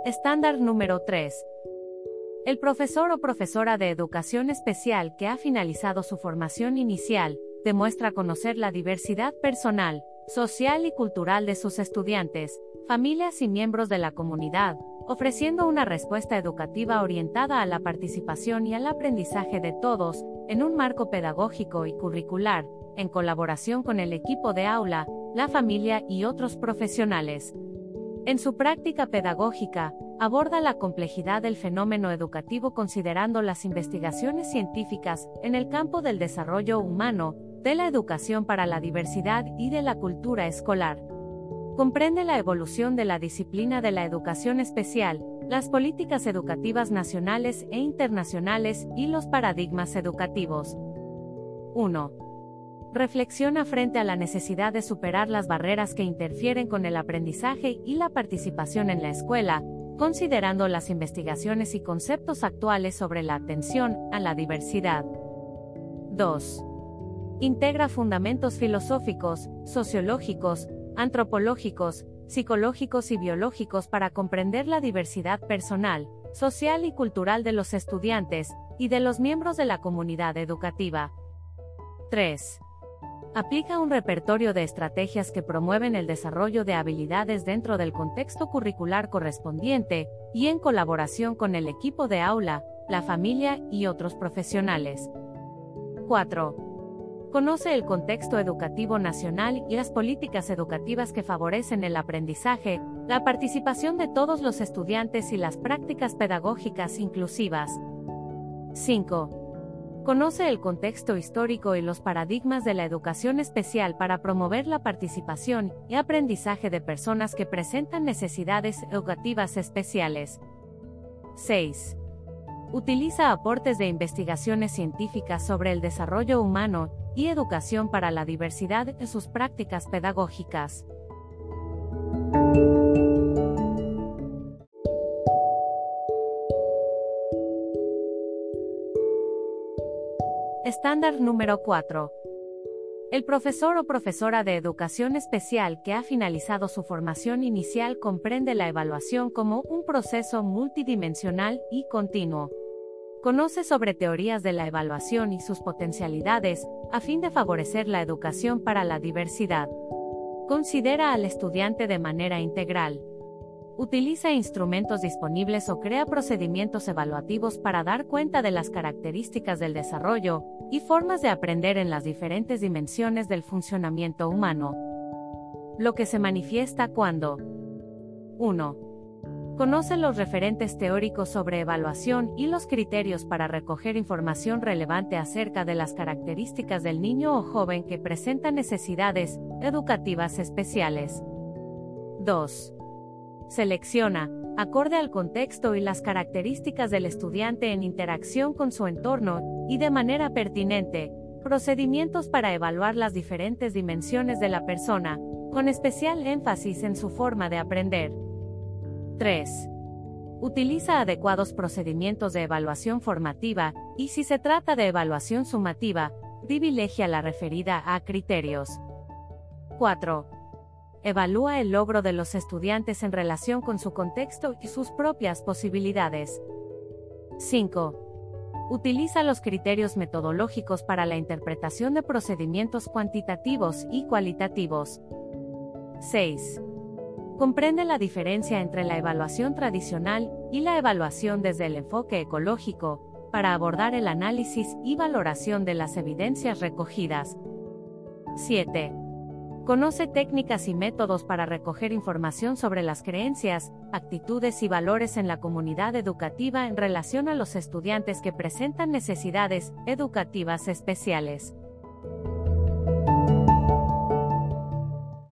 Estándar número 3. El profesor o profesora de educación especial que ha finalizado su formación inicial, demuestra conocer la diversidad personal, social y cultural de sus estudiantes, familias y miembros de la comunidad, ofreciendo una respuesta educativa orientada a la participación y al aprendizaje de todos, en un marco pedagógico y curricular, en colaboración con el equipo de aula, la familia y otros profesionales. En su práctica pedagógica, aborda la complejidad del fenómeno educativo considerando las investigaciones científicas en el campo del desarrollo humano, de la educación para la diversidad y de la cultura escolar. Comprende la evolución de la disciplina de la educación especial, las políticas educativas nacionales e internacionales y los paradigmas educativos. 1. Reflexiona frente a la necesidad de superar las barreras que interfieren con el aprendizaje y la participación en la escuela, considerando las investigaciones y conceptos actuales sobre la atención a la diversidad. 2. Integra fundamentos filosóficos, sociológicos, antropológicos, psicológicos y biológicos para comprender la diversidad personal, social y cultural de los estudiantes y de los miembros de la comunidad educativa. 3. Aplica un repertorio de estrategias que promueven el desarrollo de habilidades dentro del contexto curricular correspondiente y en colaboración con el equipo de aula, la familia y otros profesionales. 4. Conoce el contexto educativo nacional y las políticas educativas que favorecen el aprendizaje, la participación de todos los estudiantes y las prácticas pedagógicas inclusivas. 5. Conoce el contexto histórico y los paradigmas de la educación especial para promover la participación y aprendizaje de personas que presentan necesidades educativas especiales. 6. Utiliza aportes de investigaciones científicas sobre el desarrollo humano y educación para la diversidad en sus prácticas pedagógicas. Estándar número 4. El profesor o profesora de educación especial que ha finalizado su formación inicial comprende la evaluación como un proceso multidimensional y continuo. Conoce sobre teorías de la evaluación y sus potencialidades, a fin de favorecer la educación para la diversidad. Considera al estudiante de manera integral. Utiliza instrumentos disponibles o crea procedimientos evaluativos para dar cuenta de las características del desarrollo y formas de aprender en las diferentes dimensiones del funcionamiento humano. Lo que se manifiesta cuando 1. Conoce los referentes teóricos sobre evaluación y los criterios para recoger información relevante acerca de las características del niño o joven que presenta necesidades educativas especiales. 2. Selecciona, acorde al contexto y las características del estudiante en interacción con su entorno, y de manera pertinente, procedimientos para evaluar las diferentes dimensiones de la persona, con especial énfasis en su forma de aprender. 3. Utiliza adecuados procedimientos de evaluación formativa, y si se trata de evaluación sumativa, privilegia la referida a criterios. 4. Evalúa el logro de los estudiantes en relación con su contexto y sus propias posibilidades. 5. Utiliza los criterios metodológicos para la interpretación de procedimientos cuantitativos y cualitativos. 6. Comprende la diferencia entre la evaluación tradicional y la evaluación desde el enfoque ecológico, para abordar el análisis y valoración de las evidencias recogidas. 7. Conoce técnicas y métodos para recoger información sobre las creencias, actitudes y valores en la comunidad educativa en relación a los estudiantes que presentan necesidades educativas especiales.